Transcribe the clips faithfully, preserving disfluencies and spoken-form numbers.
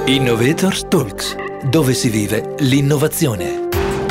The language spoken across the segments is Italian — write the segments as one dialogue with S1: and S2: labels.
S1: Innovators Talks, dove si vive l'innovazione.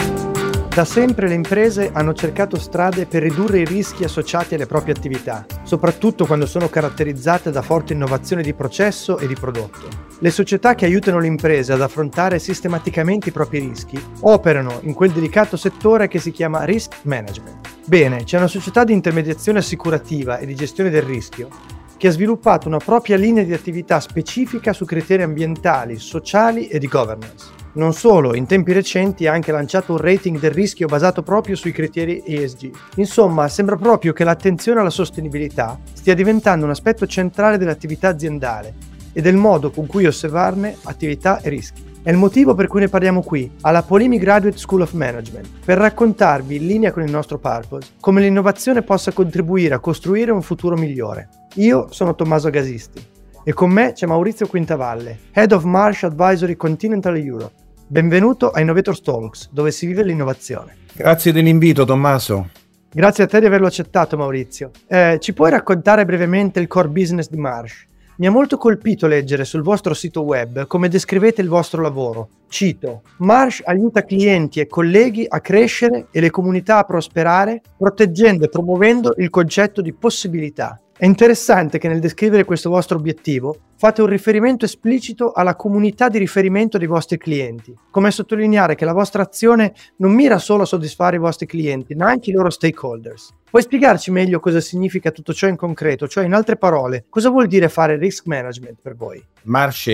S2: Da sempre le imprese hanno cercato strade per ridurre i rischi associati alle proprie attività, soprattutto quando sono caratterizzate da forte innovazione di processo e di prodotto. Le società che aiutano le imprese ad affrontare sistematicamente i propri rischi operano in quel delicato settore che si chiama risk management. Bene, c'è una società di intermediazione assicurativa e di gestione del rischio che ha sviluppato una propria linea di attività specifica su criteri ambientali, sociali e di governance. Non solo, in tempi recenti ha anche lanciato un rating del rischio basato proprio sui criteri E S G. Insomma, sembra proprio che l'attenzione alla sostenibilità stia diventando un aspetto centrale dell'attività aziendale e del modo con cui osservarne attività e rischi. È il motivo per cui ne parliamo qui, alla Polimi Graduate School of Management, per raccontarvi, in linea con il nostro purpose, come l'innovazione possa contribuire a costruire un futuro migliore. Io sono Tommaso Gasisti e con me c'è Maurizio Quintavalle, Head of Marsh Advisory Continental Europe. Benvenuto a Innovators Talks, dove si vive l'innovazione.
S3: Grazie dell'invito, Tommaso.
S2: Grazie a te di averlo accettato, Maurizio. Eh, ci puoi raccontare brevemente il core business di Marsh? Mi ha molto colpito leggere sul vostro sito web come descrivete il vostro lavoro. Cito: Marsh aiuta clienti e colleghi a crescere e le comunità a prosperare, proteggendo e promuovendo il concetto di possibilità. È interessante che nel descrivere questo vostro obiettivo fate un riferimento esplicito alla comunità di riferimento dei vostri clienti, come a sottolineare che la vostra azione non mira solo a soddisfare i vostri clienti, ma anche i loro stakeholders. Puoi spiegarci meglio cosa significa tutto ciò in concreto? Cioè, in altre parole, cosa vuol dire fare risk management per voi?
S3: Marsh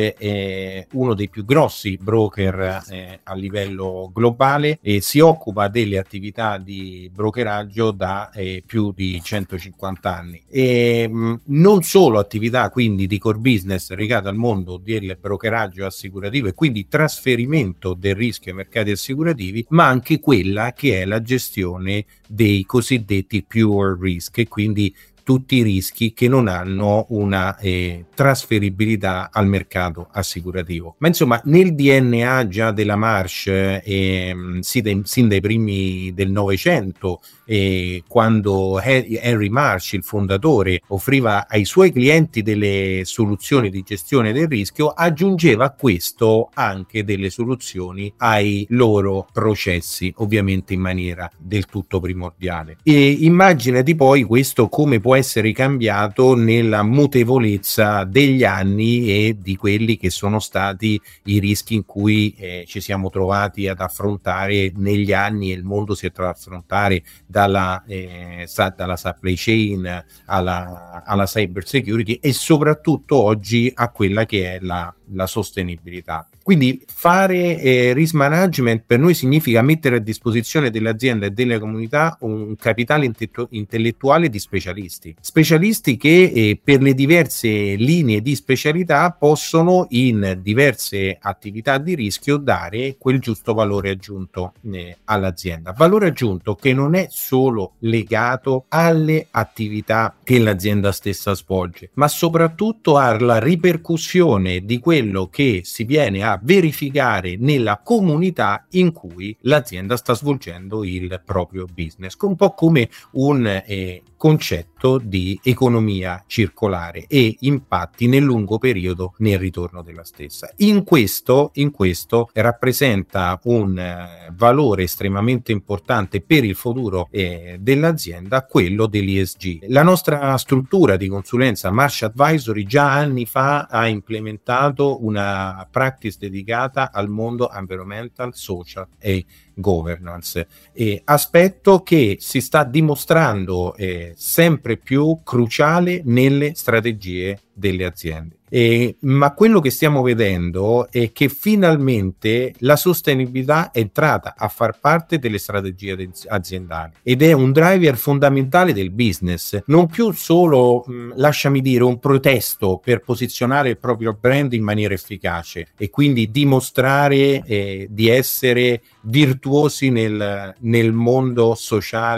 S3: è uno dei più grossi broker eh, a livello globale e si occupa delle attività di brokeraggio da eh, più di centocinquanta anni. E mh, non solo attività quindi di core business legate al mondo del brokeraggio assicurativo e quindi trasferimento del rischio ai mercati assicurativi, ma anche quella che è la gestione dei cosiddetti pure risk e quindi tutti i rischi che non hanno una eh, trasferibilità al mercato assicurativo. Ma insomma, nel D N A già della Marsh, eh, sin, sin dai primi del Novecento, eh, quando Henry Marsh, il fondatore, offriva ai suoi clienti delle soluzioni di gestione del rischio, aggiungeva a questo anche delle soluzioni ai loro processi, ovviamente in maniera del tutto primordiale. E immaginati poi questo come può essere cambiato nella mutevolezza degli anni e di quelli che sono stati i rischi in cui eh, ci siamo trovati ad affrontare negli anni e il mondo si è trovato ad affrontare dalla, eh, dalla supply chain alla, alla cyber security e soprattutto oggi a quella che è la, la sostenibilità. Quindi fare eh, risk management per noi significa mettere a disposizione dell'azienda e delle comunità un capitale inte- intellettuale di specialisti. Specialisti che eh, per le diverse linee di specialità possono in diverse attività di rischio dare quel giusto valore aggiunto eh, all'azienda. Valore aggiunto che non è solo legato alle attività che l'azienda stessa svolge, ma soprattutto alla ripercussione di quello che si viene a verificare nella comunità in cui l'azienda sta svolgendo il proprio business, un po' come un eh, concetto di economia circolare e impatti nel lungo periodo nel ritorno della stessa. In questo, in questo rappresenta un eh, valore estremamente importante per il futuro eh, dell'azienda, quello dell'E S G. La nostra struttura di consulenza Marsh Advisory già anni fa ha implementato una practice dedicata al mondo environmental, social e governance, eh, aspetto che si sta dimostrando eh, sempre più cruciale nelle strategie delle aziende. Eh, ma quello che stiamo vedendo è che finalmente la sostenibilità è entrata a far parte delle strategie aziendali ed è un driver fondamentale del business, non più solo, mh, lasciami dire, un pretesto per posizionare il proprio brand in maniera efficace e quindi dimostrare eh, di essere virtuosi nel, nel mondo sociale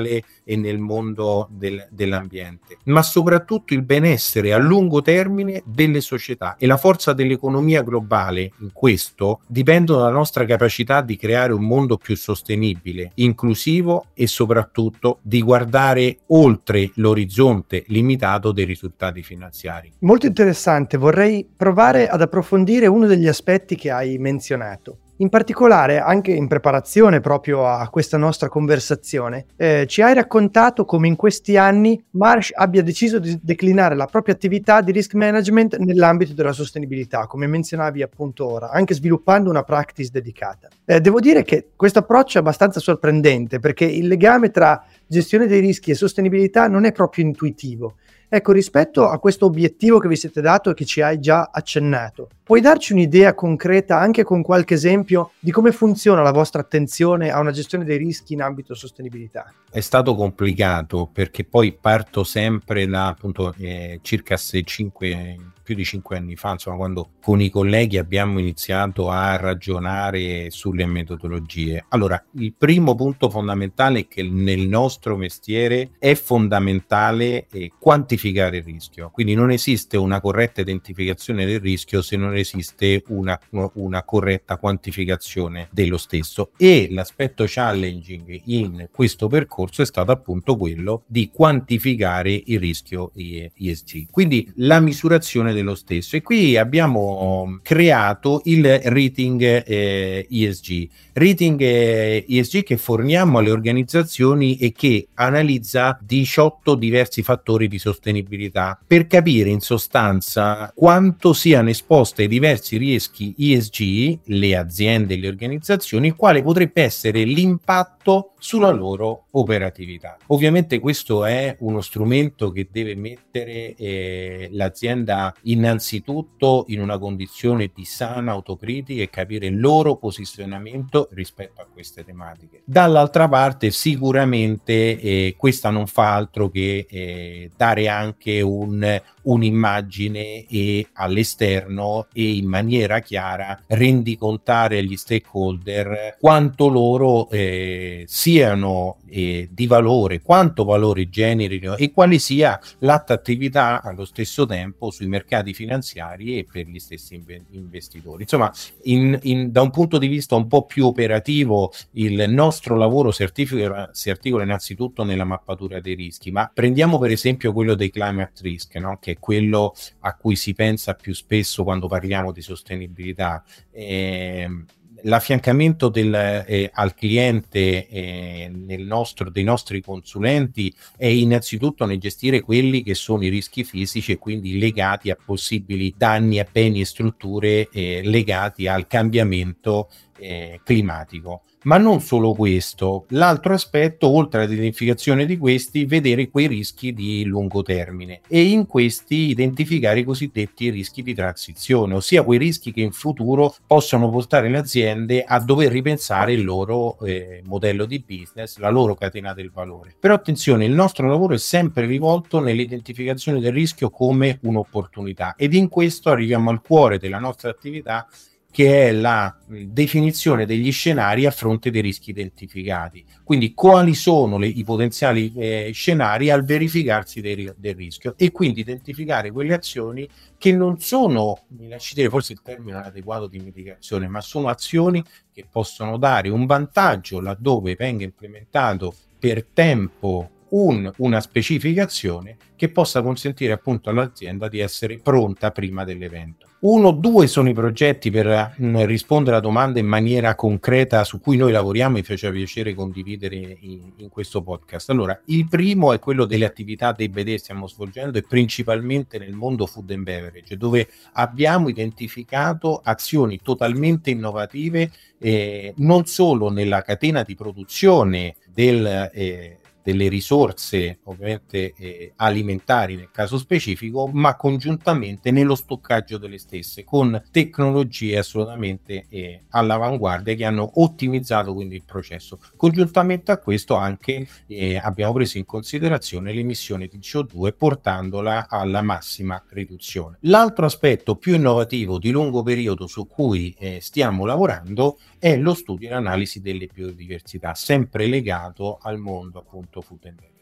S3: e nel mondo del, dell'ambiente, ma soprattutto il benessere a lungo termine delle società, e la forza dell'economia globale in questo dipendono dalla nostra capacità di creare un mondo più sostenibile, inclusivo e soprattutto di guardare oltre l'orizzonte limitato dei risultati finanziari.
S2: Molto interessante, vorrei provare ad approfondire uno degli aspetti che hai menzionato. In particolare, anche in preparazione proprio a questa nostra conversazione, eh, ci hai raccontato come in questi anni Marsh abbia deciso di declinare la propria attività di risk management nell'ambito della sostenibilità, come menzionavi appunto ora, anche sviluppando una practice dedicata. Eh, devo dire che questo approccio è abbastanza sorprendente, perché il legame tra gestione dei rischi e sostenibilità non è proprio intuitivo. Ecco, rispetto a questo obiettivo che vi siete dato e che ci hai già accennato, puoi darci un'idea concreta, anche con qualche esempio, di come funziona la vostra attenzione a una gestione dei rischi in ambito sostenibilità?
S3: È stato complicato, perché poi parto sempre da appunto eh, circa se cinque, più di cinque anni fa, insomma, quando con i colleghi abbiamo iniziato a ragionare sulle metodologie. Allora, il primo punto fondamentale è che nel nostro mestiere è fondamentale eh, quantificare il rischio, quindi non esiste una corretta identificazione del rischio se non esiste una, una corretta quantificazione dello stesso, e l'aspetto challenging in questo percorso è stato appunto quello di quantificare il rischio E S G, quindi la misurazione dello stesso, e qui abbiamo creato il rating eh, E S G rating eh, E S G che forniamo alle organizzazioni e che analizza diciotto diversi fattori di sostenibilità per capire in sostanza quanto siano esposte ai diversi rischi E S G le aziende e le organizzazioni, quale potrebbe essere l'impatto sulla loro operatività. Ovviamente questo è uno strumento che deve mettere eh, l'azienda innanzitutto in una condizione di sana autocritica e capire il loro posizionamento rispetto a queste tematiche. Dall'altra parte sicuramente eh, questa non fa altro che eh, dare anche un un'immagine e all'esterno e in maniera chiara rendicontare agli stakeholder quanto loro eh, siano eh, di valore, quanto valore generino e quale sia l'attrattività allo stesso tempo sui mercati finanziari e per gli stessi inve- investitori. Insomma, in, in, da un punto di vista un po' più operativo, il nostro lavoro si articola, si articola innanzitutto nella mappatura dei rischi, ma prendiamo per esempio quello dei climate risk, no? Che è quello a cui si pensa più spesso quando parliamo di sostenibilità. Eh, l'affiancamento del, eh, al cliente eh, nel nostro, dei nostri consulenti è innanzitutto nel gestire quelli che sono i rischi fisici e quindi legati a possibili danni a beni e strutture eh, legati al cambiamento eh, climatico. Ma non solo questo, l'altro aspetto, oltre all'identificazione di questi, vedere quei rischi di lungo termine e in questi identificare i cosiddetti rischi di transizione, ossia quei rischi che in futuro possono portare le aziende a dover ripensare il loro eh, modello di business, la loro catena del valore. Però attenzione, il nostro lavoro è sempre rivolto nell'identificazione del rischio come un'opportunità, ed in questo arriviamo al cuore della nostra attività, che è la definizione degli scenari a fronte dei rischi identificati. Quindi quali sono le, i potenziali eh, scenari al verificarsi dei, del rischio, e quindi identificare quelle azioni che non sono, mi lasci dire, forse il termine adeguato di mitigazione, ma sono azioni che possono dare un vantaggio laddove venga implementato per tempo Un, una specificazione che possa consentire appunto all'azienda di essere pronta prima dell'evento. Uno, due sono i progetti per mh, rispondere alla domanda in maniera concreta su cui noi lavoriamo e mi faceva piacere condividere in, in questo podcast. Allora, il primo è quello delle attività dei B D che stiamo svolgendo e principalmente nel mondo food and beverage, dove abbiamo identificato azioni totalmente innovative eh, non solo nella catena di produzione del eh, delle risorse ovviamente eh, alimentari nel caso specifico, ma congiuntamente nello stoccaggio delle stesse con tecnologie assolutamente eh, all'avanguardia che hanno ottimizzato quindi il processo. Congiuntamente a questo anche eh, abbiamo preso in considerazione l'emissione di C O due portandola alla massima riduzione. L'altro aspetto più innovativo di lungo periodo su cui eh, stiamo lavorando è lo studio e l'analisi delle biodiversità, sempre legato al mondo appunto food and beverage.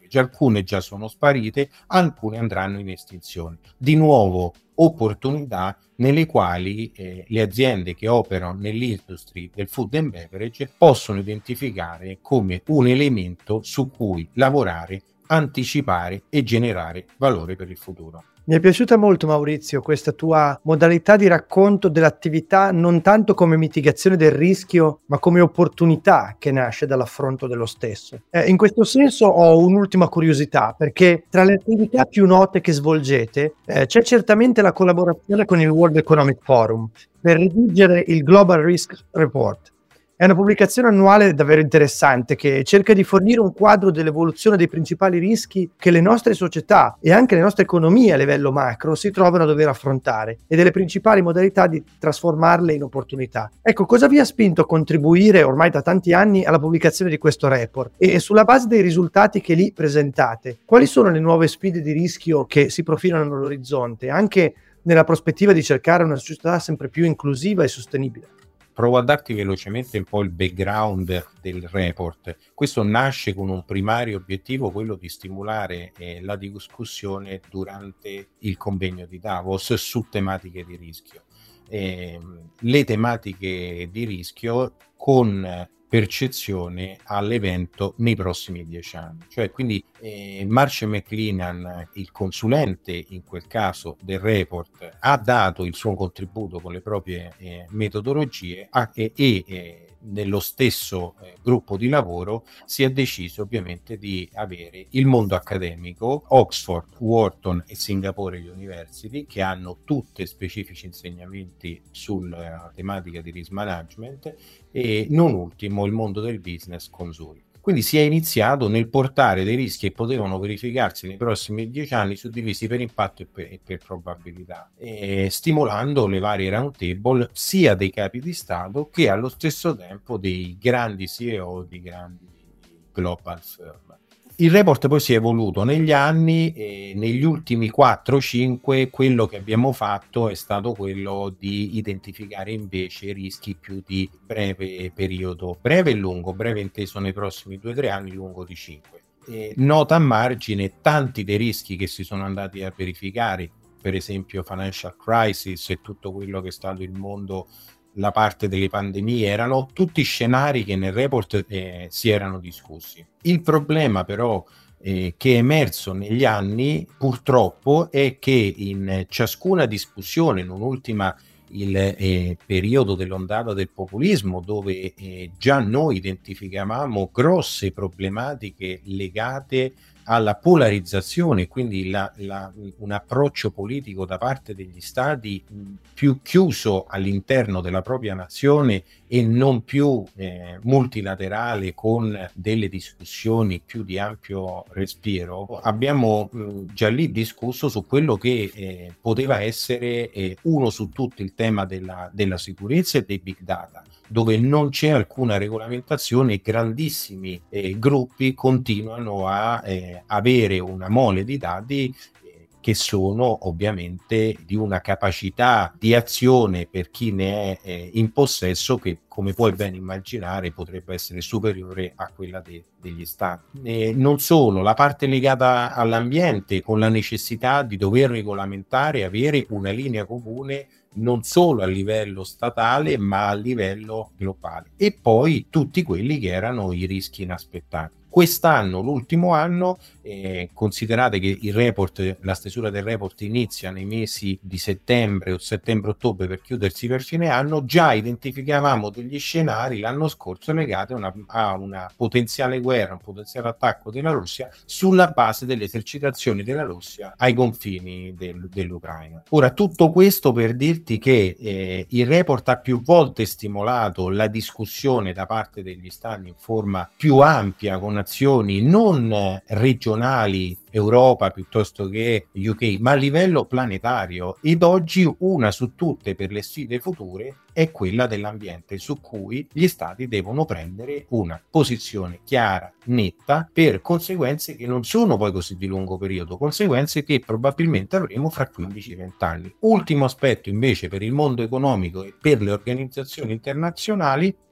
S3: leverage. Alcune già sono sparite, alcune andranno in estinzione. Di nuovo opportunità nelle quali eh, le aziende che operano nell'industria del food and beverage possono identificare come un elemento su cui lavorare, anticipare e generare valore per il futuro.
S2: Mi è piaciuta molto, Maurizio, questa tua modalità di racconto dell'attività non tanto come mitigazione del rischio, ma come opportunità che nasce dall'affronto dello stesso. Eh, in questo senso ho un'ultima curiosità, perché tra le attività più note che svolgete eh, c'è certamente la collaborazione con il World Economic Forum per redigere il Global Risk Report. È una pubblicazione annuale davvero interessante che cerca di fornire un quadro dell'evoluzione dei principali rischi che le nostre società e anche le nostre economie a livello macro si trovano a dover affrontare e delle principali modalità di trasformarle in opportunità. Ecco, cosa vi ha spinto a contribuire ormai da tanti anni alla pubblicazione di questo report? E sulla base dei risultati che lì presentate, quali sono le nuove sfide di rischio che si profilano all'orizzonte, anche nella prospettiva di cercare una società sempre più inclusiva e sostenibile?
S3: Provo a darti velocemente un po' il background del report. Questo nasce con un primario obiettivo, quello di stimolare eh, la discussione durante il convegno di Davos su tematiche di rischio. Eh, le tematiche di rischio con percezione all'evento nei prossimi dieci anni. Cioè, quindi eh, Marshall McLennan, il consulente in quel caso del report, ha dato il suo contributo con le proprie eh, metodologie a, e, e eh, nello stesso eh, gruppo di lavoro si è deciso ovviamente di avere il mondo accademico, Oxford, Wharton e Singapore University, che hanno tutte specifici insegnamenti sulla tematica di risk management, e non ultimo il mondo del business con Zurich. Quindi si è iniziato nel portare dei rischi che potevano verificarsi nei prossimi dieci anni suddivisi per impatto e per, e per probabilità, e stimolando le varie roundtable sia dei capi di Stato che allo stesso tempo dei grandi C E O di grandi global firm. Il report poi si è evoluto negli anni e negli ultimi quattro cinque quello che abbiamo fatto è stato quello di identificare invece i rischi più di breve periodo, breve e lungo, breve inteso nei prossimi due tre anni, lungo di cinque. E nota a margine, tanti dei rischi che si sono andati a verificare, per esempio financial crisis e tutto quello che è stato il mondo, la parte delle pandemie, erano tutti scenari che nel report eh, si erano discussi. Il problema però eh, che è emerso negli anni purtroppo è che in ciascuna discussione, non ultima il eh, periodo dell'ondata del populismo, dove eh, già noi identificavamo grosse problematiche legate alla polarizzazione, quindi la, la, un approccio politico da parte degli stati più chiuso all'interno della propria nazione e non più eh, multilaterale, con delle discussioni più di ampio respiro. Abbiamo mh, già lì discusso su quello che eh, poteva essere eh, uno su tutti il tema della, della sicurezza e dei big data, dove non c'è alcuna regolamentazione e grandissimi eh, gruppi continuano a eh, avere una mole di dati eh, che sono ovviamente di una capacità di azione per chi ne è eh, in possesso che, come puoi ben immaginare, potrebbe essere superiore a quella de- degli stati. E non solo, la parte legata all'ambiente, con la necessità di dover regolamentare e avere una linea comune non solo a livello statale ma a livello globale, e poi tutti quelli che erano i rischi inaspettati. Quest'anno, l'ultimo anno, eh, considerate che il report, la stesura del report inizia nei mesi di settembre o settembre-ottobre per chiudersi per fine anno, già identificavamo degli scenari l'anno scorso legati a una, a una potenziale guerra, un potenziale attacco della Russia sulla base delle esercitazioni della Russia ai confini del, dell'Ucraina. Ora, tutto questo per dirti che eh, il report ha più volte stimolato la discussione da parte degli stati in forma più ampia, con nazioni non regionali, Europa piuttosto che U K, ma a livello planetario, ed oggi una su tutte per le sfide future è quella dell'ambiente, su cui gli stati devono prendere una posizione chiara, netta, per conseguenze che non sono poi così di lungo periodo, conseguenze che probabilmente avremo fra quindici venti anni. Ultimo aspetto invece per il mondo economico e per le organizzazioni internazionali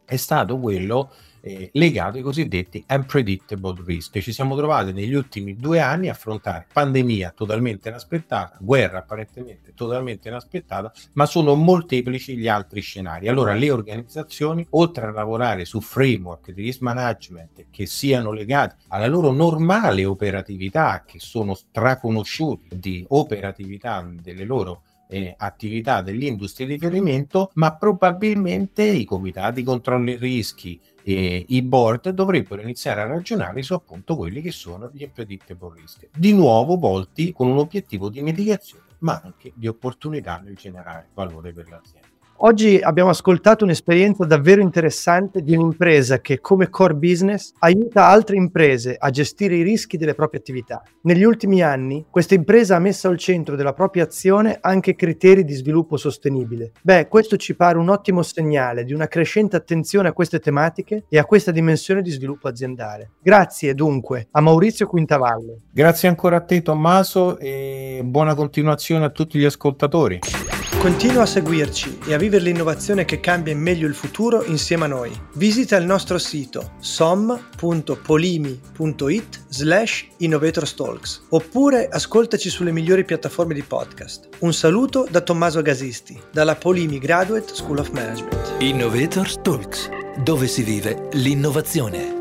S3: è stato quello eh, legato ai cosiddetti unpredictable risk. Ci siamo trovati negli ultimi due anni a affrontare pandemia totalmente inaspettata, guerra apparentemente totalmente inaspettata, ma sono molteplici gli altri scenari. Allora le organizzazioni, oltre a lavorare su framework di risk management che siano legati alla loro normale operatività, che sono straconosciuti di operatività delle loro Eh, attività degli industrie di riferimento, ma probabilmente i comitati controlli rischi e i board dovrebbero iniziare a ragionare su appunto quelli che sono gli unpredictable risk, di nuovo volti con un obiettivo di mitigazione ma anche di opportunità nel generare valore per l'azienda.
S2: Oggi abbiamo ascoltato un'esperienza davvero interessante di un'impresa che come core business aiuta altre imprese a gestire i rischi delle proprie attività. Negli ultimi anni questa impresa ha messo al centro della propria azione anche criteri di sviluppo sostenibile. Beh, questo ci pare un ottimo segnale di una crescente attenzione a queste tematiche e a questa dimensione di sviluppo aziendale. Grazie dunque a Maurizio Quintavalle.
S3: Grazie ancora a te Tommaso e buona continuazione a tutti gli ascoltatori.
S2: Continua a seguirci e a vivere l'innovazione che cambia in meglio il futuro insieme a noi. Visita il nostro sito som.polimi.it slash innovatorstalks oppure ascoltaci sulle migliori piattaforme di podcast. Un saluto da Tommaso Agasisti, dalla Polimi Graduate School of Management.
S1: Innovators Talks, dove si vive l'innovazione.